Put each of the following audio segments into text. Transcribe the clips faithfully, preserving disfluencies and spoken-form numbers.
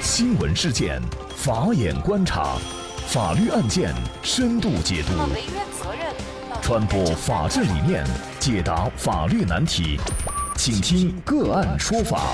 新闻事件，法眼观察，法律案件深度解读，传播法治理念，解答法律难题，请听个案说法。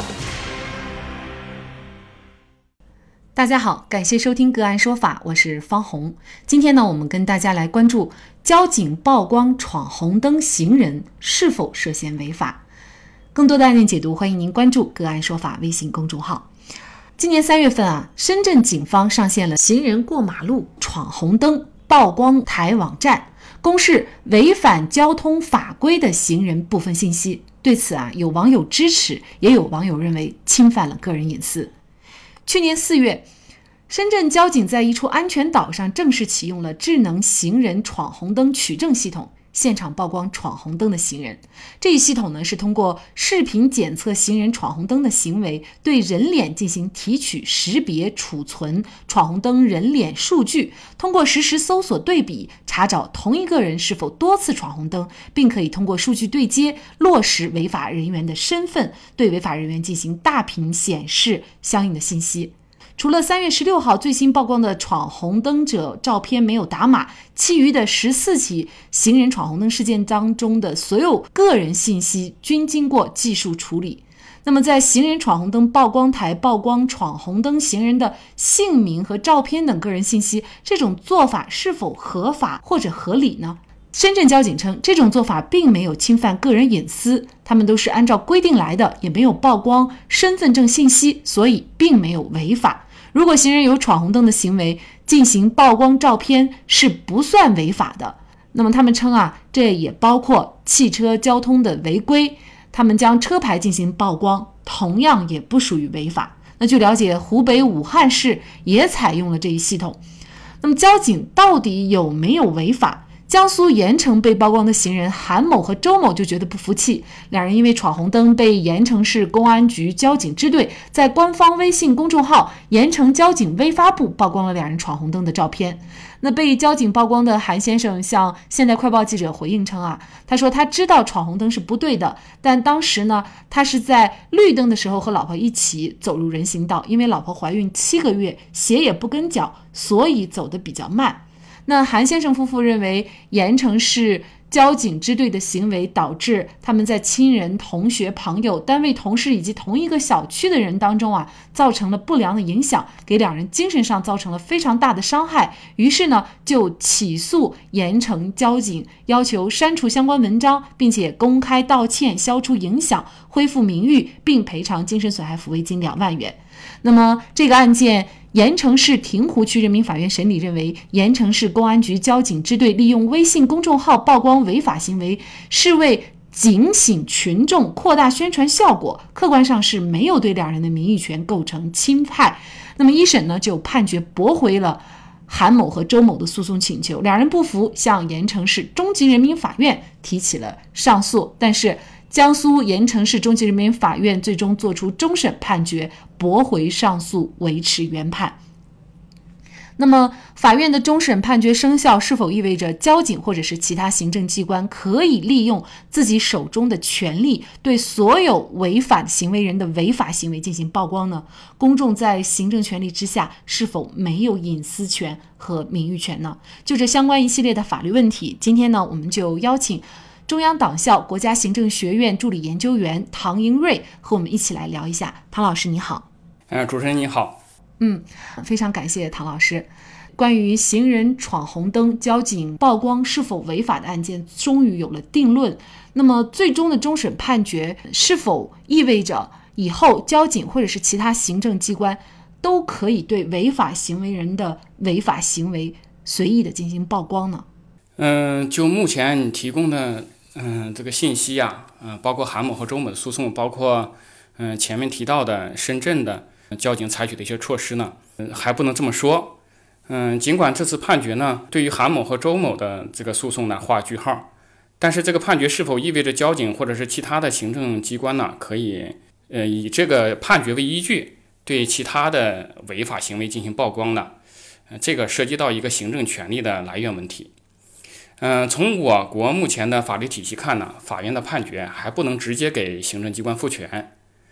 大家好，感谢收听个案说法，我是方红。今天呢，我们跟大家来关注交警曝光闯红灯行人是否涉嫌违法。更多的案件解读，欢迎您关注个案说法微信公众号。今年三月份啊，深圳警方上线了行人过马路闯红灯曝光台网站，公示违反交通法规的行人部分信息。对此啊，有网友支持，也有网友认为侵犯了个人隐私。去年四月，深圳交警在一处安全岛上正式启用了智能行人闯红灯取证系统，现场曝光闯红灯的行人。这一系统呢，是通过视频检测行人闯红灯的行为，对人脸进行提取、识别、储存闯红灯人脸数据，通过实时搜索对比，查找同一个人是否多次闯红灯，并可以通过数据对接，落实违法人员的身份，对违法人员进行大屏显示相应的信息。除了三月十六号最新曝光的闯红灯者照片没有打码，其余的十四起行人闯红灯事件当中的所有个人信息均经过技术处理。那么在行人闯红灯曝光台曝光闯红灯行人的姓名和照片等个人信息，这种做法是否合法或者合理呢？深圳交警称，这种做法并没有侵犯个人隐私，他们都是按照规定来的，也没有曝光身份证信息，所以并没有违法。如果行人有闯红灯的行为，进行曝光照片是不算违法的。那么他们称啊，这也包括汽车交通的违规，他们将车牌进行曝光，同样也不属于违法。那据了解，湖北武汉市也采用了这一系统。那么交警到底有没有违法？江苏盐城被曝光的行人韩某和周某就觉得不服气，两人因为闯红灯被盐城市公安局交警支队在官方微信公众号盐城交警微发布曝光了两人闯红灯的照片。那被交警曝光的韩先生向现代快报记者回应称啊，他说他知道闯红灯是不对的，但当时呢，他是在绿灯的时候和老婆一起走入人行道，因为老婆怀孕七个月，鞋也不跟脚，所以走得比较慢。那韩先生夫妇认为，盐城市交警支队的行为导致他们在亲人、同学、朋友、单位同事以及同一个小区的人当中啊，造成了不良的影响，给两人精神上造成了非常大的伤害。于是呢，就起诉盐城交警，要求删除相关文章，并且公开道歉，消除影响，恢复名誉，并赔偿精神损害抚慰金两万元。那么这个案件，盐城市亭湖区人民法院审理认为，盐城市公安局交警支队利用微信公众号曝光违法行为，是为警醒群众，扩大宣传效果，客观上是没有对两人的名誉权构成侵害。那么一审呢，就判决驳回了韩某和周某的诉讼请求，两人不服，向盐城市中级人民法院提起了上诉，但是江苏盐城市中级人民法院最终作出终审判决，驳回上诉，维持原判。那么法院的终审判决生效，是否意味着交警或者是其他行政机关可以利用自己手中的权力，对所有违反行为人的违法行为进行曝光呢？公众在行政权力之下是否没有隐私权和名誉权呢？就这相关一系列的法律问题，今天呢，我们就邀请中央党校国家行政学院助理研究员唐英瑞和我们一起来聊一下。唐老师你好。 呃，主持人你好。 嗯，非常感谢唐老师。关于行人闯红灯交警曝光是否违法的案件终于有了定论，那么最终的终审判决是否意味着以后交警或者是其他行政机关都可以对违法行为人的违法行为随意的进行曝光呢？ 嗯，就目前你提供的嗯这个信息啊，嗯，包括韩某和周某的诉讼，包括嗯前面提到的深圳的交警采取的一些措施呢，嗯，还不能这么说。嗯，尽管这次判决呢，对于韩某和周某的这个诉讼呢画句号，但是这个判决是否意味着交警或者是其他的行政机关呢，可以呃以这个判决为依据，对其他的违法行为进行曝光呢？呃，这个涉及到一个行政权力的来源问题。嗯、呃，从我国目前的法律体系看呢，法院的判决还不能直接给行政机关赋权。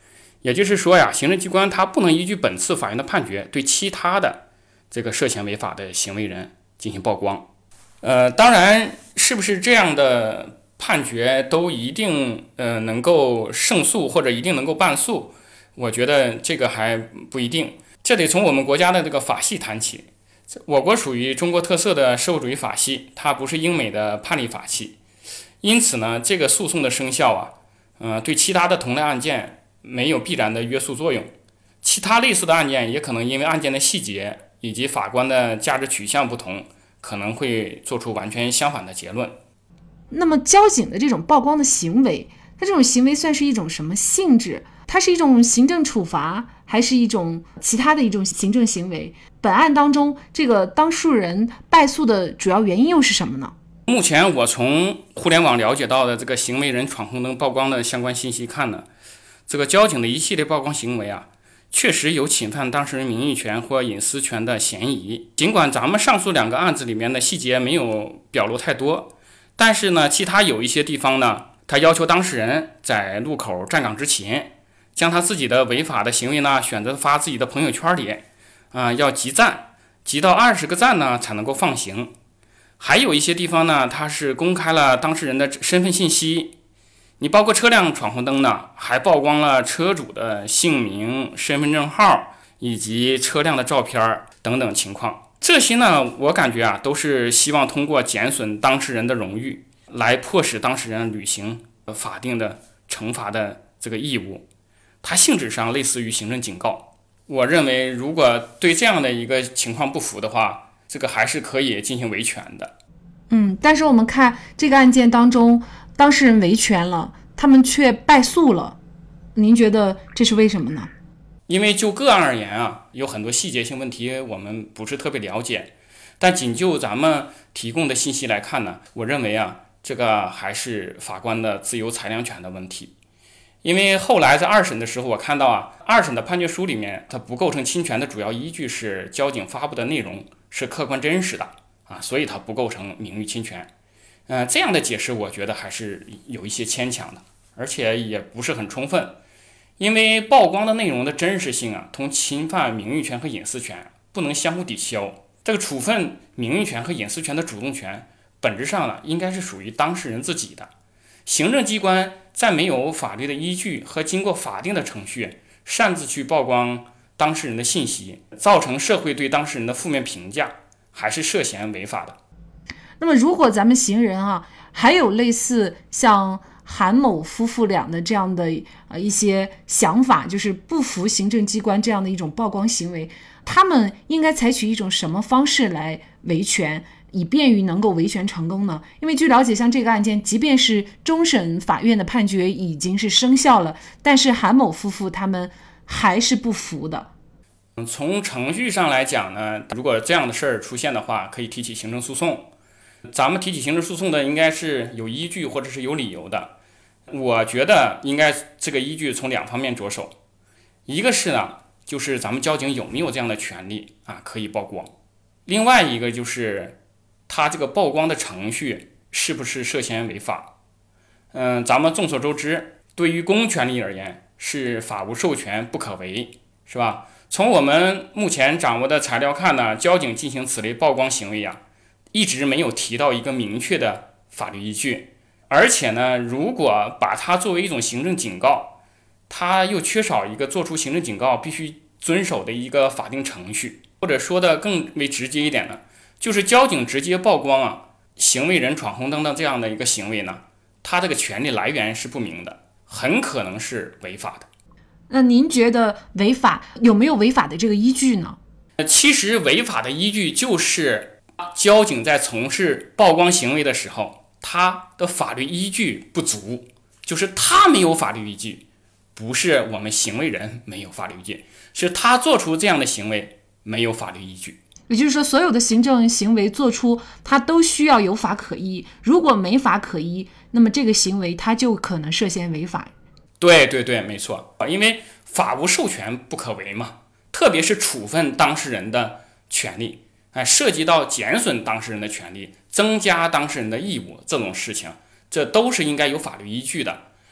也就是说呀，行政机关它不能依据本次法院的判决对其他的这个涉嫌违法的行为人进行曝光。呃，当然，是不是这样的判决都一定呃能够胜诉或者一定能够败诉，我觉得这个还不一定。这得从我们国家的这个法系谈起。我国属于中国特色的社会主义法系，它不是英美的判例法系，因此呢，这个诉讼的生效啊，呃，对其他的同类案件没有必然的约束作用。其他类似的案件也可能因为案件的细节以及法官的价值取向不同，可能会做出完全相反的结论。 那么交警的这种曝光的行为，它这种行为算是一种什么性质？它是一种行政处罚，还是一种其他的一种行政行为？本案当中，这个当事人败诉的主要原因又是什么呢？ 目前我从互联网了解到的这个行为人闯红灯曝光的相关信息看呢，这个交警的一系列曝光行为啊，确实有侵犯当事人名誉权或隐私权的嫌疑。尽管咱们上述两个案子里面的细节没有表露太多，但是呢，其他有一些地方呢，他要求当事人在路口站岗执勤，将他自己的违法的行为呢选择发自己的朋友圈里，啊、呃，要集赞，集到二十个赞呢才能够放行。还有一些地方呢，它是公开了当事人的身份信息，你包括车辆闯红灯呢，还曝光了车主的姓名、身份证号以及车辆的照片等等情况。这些呢，我感觉啊，都是希望通过减损当事人的荣誉，来迫使当事人履行法定的惩罚的这个义务。它性质上类似于行政警告。我认为，如果对这样的一个情况不服的话，这个还是可以进行维权的。 嗯，但是我们看这个案件当中，当事人维权了，他们却败诉了，您觉得这是为什么呢？ 因为就个案而言啊，有很多细节性问题我们不是特别了解，但仅就咱们提供的信息来看呢，我认为啊，这个还是法官的自由裁量权的问题。因为后来在二审的时候，我看到啊，二审的判决书里面，它不构成侵权的主要依据是交警发布的内容是客观真实的啊，所以它不构成名誉侵权。呃，这样的解释我觉得还是有一些牵强的，而且也不是很充分。因为曝光的内容的真实性啊，同侵犯名誉权和隐私权不能相互抵消。这个处分名誉权和隐私权的主动权，本质上呢，应该是属于当事人自己的。行政机关在没有法律的依据和经过法定的程序，擅自去曝光当事人的信息，造成社会对当事人的负面评价，还是涉嫌违法的。 那么，如果咱们行人啊，还有类似像韩某夫妇俩的这样的呃一些想法，就是不服行政机关这样的一种曝光行为，他们应该采取一种什么方式来维权，以便于能够维权成功呢？因为据了解，像这个案件，即便是终审法院的判决已经是生效了，但是韩某夫妇他们还是不服的。 从程序上来讲呢，如果这样的事儿出现的话，可以提起行政诉讼。咱们提起行政诉讼的应该是有依据或者是有理由的。我觉得应该这个依据从两方面着手，一个是呢，就是咱们交警有没有这样的权利啊，可以曝光；另外一个就是他这个曝光的程序是不是涉嫌违法。嗯，咱们众所周知，对于公权力而言是法无授权不可为，是吧？从我们目前掌握的材料看呢，交警进行此类曝光行为啊，一直没有提到一个明确的法律依据，而且呢，如果把它作为一种行政警告，它又缺少一个做出行政警告必须遵守的一个法定程序，或者说的更为直接一点呢，就是交警直接曝光啊行为人闯红灯的这样的一个行为呢，它这个权利来源是不明的，很可能是违法的。 那您觉得违法有没有违法的这个依据呢？ 其实违法的依据就是交警在从事曝光行为的时候，他的法律依据不足，就是他没有法律依据，不是我们行为人没有法律依据，是他做出这样的行为没有法律依据。 也就是说，所有的行政行为做出，它都需要有法可依。如果没法可依，那么这个行为它就可能涉嫌违法。 对对对，没错，因为法无授权不可为嘛，特别是处分当事人的权利，哎，涉及到减损当事人的权利、增加当事人的义务这种事情，这都是应该有法律依据的。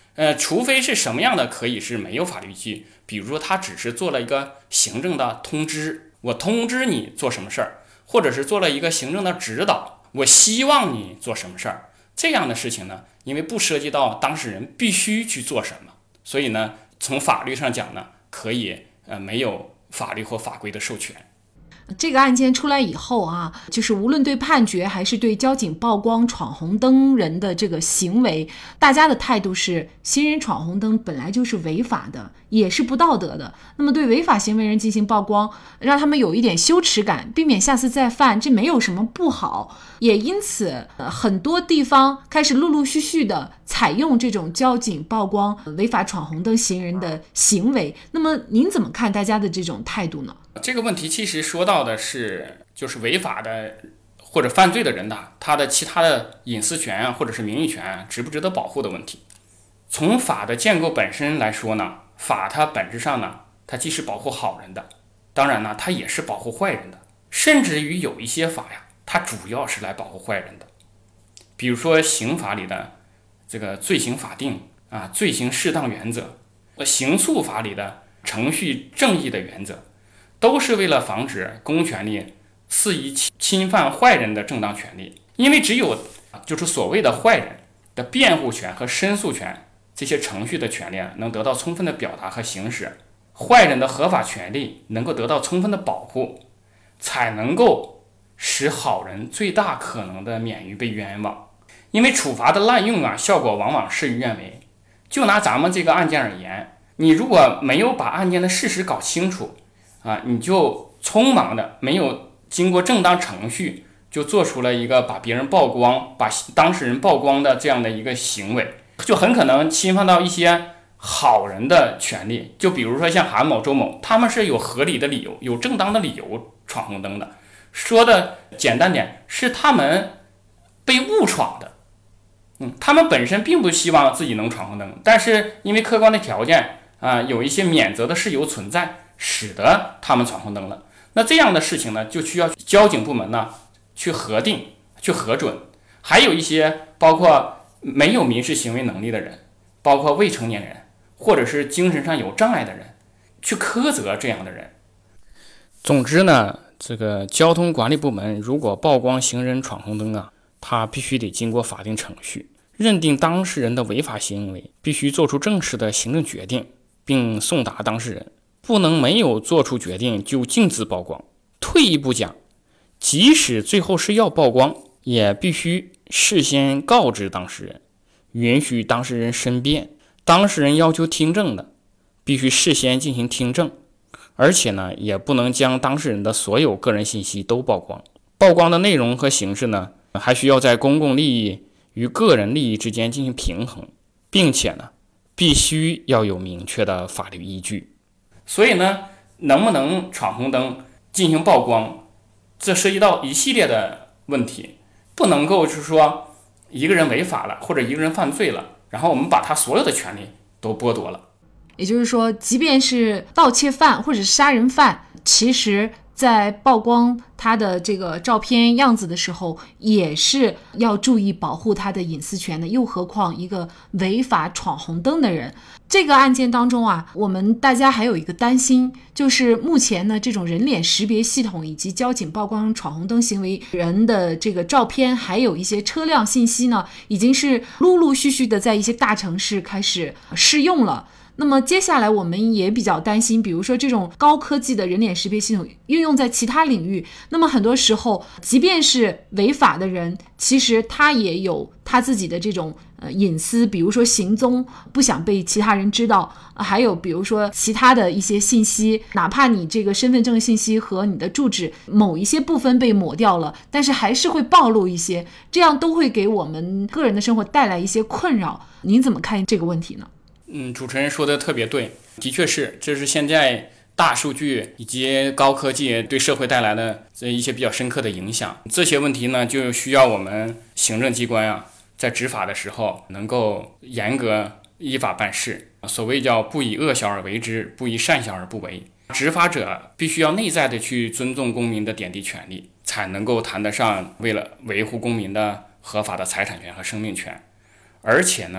呃，除非是什么样的可以是没有法律依据，比如说他只是做了一个行政的通知，我通知你做什么事儿，或者是做了一个行政的指导，我希望你做什么事儿，这样的事情呢，因为不涉及到当事人必须去做什么，所以呢，从法律上讲呢，可以呃没有法律或法规的授权。 这个案件出来以后啊，就是无论对判决还是对交警曝光闯红灯人的这个行为，大家的态度是行人闯红灯本来就是违法的，也是不道德的。那么对违法行为人进行曝光，让他们有一点羞耻感，避免下次再犯，这没有什么不好。也因此、呃、很多地方开始陆陆续续的采用这种交警曝光、呃、违法闯红灯行人的行为。那么您怎么看大家的这种态度呢？ 这个问题其实说到的是，就是违法的或者犯罪的人的他的其他的隐私权啊，或者是名誉权啊，值不值得保护的问题。从法的建构本身来说呢，法它本质上呢，它既是保护好人的，当然呢，它也是保护坏人的，甚至于有一些法呀，它主要是来保护坏人的。比如说刑法里的这个罪刑法定啊、罪行适当原则，刑诉法里的程序正义的原则，都是为了防止公权力肆意侵犯坏人的正当权利。因为只有就是所谓的坏人的辩护权和申诉权这些程序的权利能得到充分的表达和行使，坏人的合法权利能够得到充分的保护，才能够使好人最大可能的免于被冤枉。因为处罚的滥用啊，效果往往事与愿违。就拿咱们这个案件而言，你如果没有把案件的事实搞清楚啊，你就匆忙的没有经过正当程序，就做出了一个把别人曝光、把当事人曝光的这样的一个行为，就很可能侵犯到一些好人的权利。就比如说像韩某、周某，他们是有合理的理由、有正当的理由闯红灯的。说的简单点，是他们被误闯的。嗯，他们本身并不希望自己能闯红灯，但是因为客观的条件啊，有一些免责的事由存在，使得他们闯红灯了。那这样的事情呢，就需要交警部门呢去核定、去核准。还有一些包括没有民事行为能力的人，包括未成年人，或者是精神上有障碍的人，去苛责这样的人。总之呢，这个交通管理部门如果曝光行人闯红灯啊，他必须得经过法定程序，认定当事人的违法行为，必须做出正式的行政决定，并送达当事人，不能没有做出决定就径自曝光。退一步讲，即使最后是要曝光，也必须事先告知当事人，允许当事人申辩。当事人要求听证的，必须事先进行听证，而且呢，也不能将当事人的所有个人信息都曝光。曝光的内容和形式呢，还需要在公共利益与个人利益之间进行平衡，并且呢，必须要有明确的法律依据。所以呢，能不能闯红灯进行曝光，这涉及到一系列的问题，不能够就是说一个人违法了或者一个人犯罪了，然后我们把他所有的权利都剥夺了。 也就是说，即便是盗窃犯或者是杀人犯，其实在曝光他的这个照片样子的时候，也是要注意保护他的隐私权的，又何况一个违法闯红灯的人。这个案件当中啊，我们大家还有一个担心，就是目前呢，这种人脸识别系统以及交警曝光闯红灯行为人的这个照片，还有一些车辆信息呢，已经是陆陆续续的在一些大城市开始试用了。那么接下来我们也比较担心，比如说这种高科技的人脸识别系统运用在其他领域，那么很多时候即便是违法的人，其实他也有他自己的这种呃隐私，比如说行踪不想被其他人知道，还有比如说其他的一些信息，哪怕你这个身份证信息和你的住址某一些部分被抹掉了，但是还是会暴露一些，这样都会给我们个人的生活带来一些困扰。您怎么看这个问题呢？ 嗯，主持人说的特别对，的确是，这是现在大数据以及高科技对社会带来的这一些比较深刻的影响。这些问题呢，就需要我们行政机关啊，在执法的时候能够严格依法办事。所谓叫不以恶小而为之，不以善小而不为。执法者必须要内在的去尊重公民的点滴权利，才能够谈得上为了维护公民的合法的财产权和生命权。而且呢，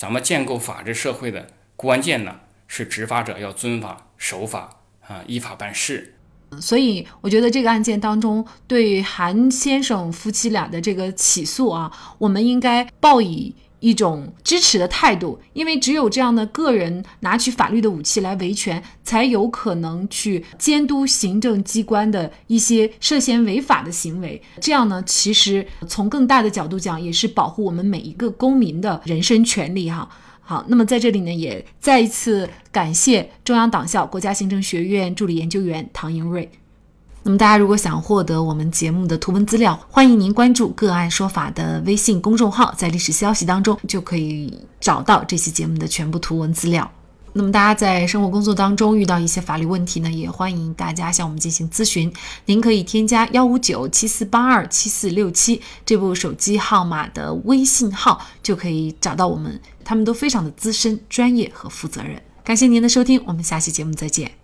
咱们建构法治社会的关键呢，是执法者要遵法守法啊，依法办事。 所以我觉得这个案件当中，对韩先生夫妻俩的这个起诉啊，我们应该抱以一种支持的态度，因为只有这样的个人拿取法律的武器来维权，才有可能去监督行政机关的一些涉嫌违法的行为。这样呢，其实从更大的角度讲，也是保护我们每一个公民的人身权利哈。好，那么在这里呢，也再一次感谢中央党校国家行政学院助理研究员唐英瑞。那么大家如果想获得我们节目的图文资料，欢迎您关注个案说法的微信公众号，在历史消息当中就可以找到这期节目的全部图文资料。那么大家在生活工作当中遇到一些法律问题呢，也欢迎大家向我们进行咨询。您可以添加一五九七四八二七四六七这部手机号码的微信号，就可以找到我们，他们都非常的资深、专业和负责任。感谢您的收听，我们下期节目再见。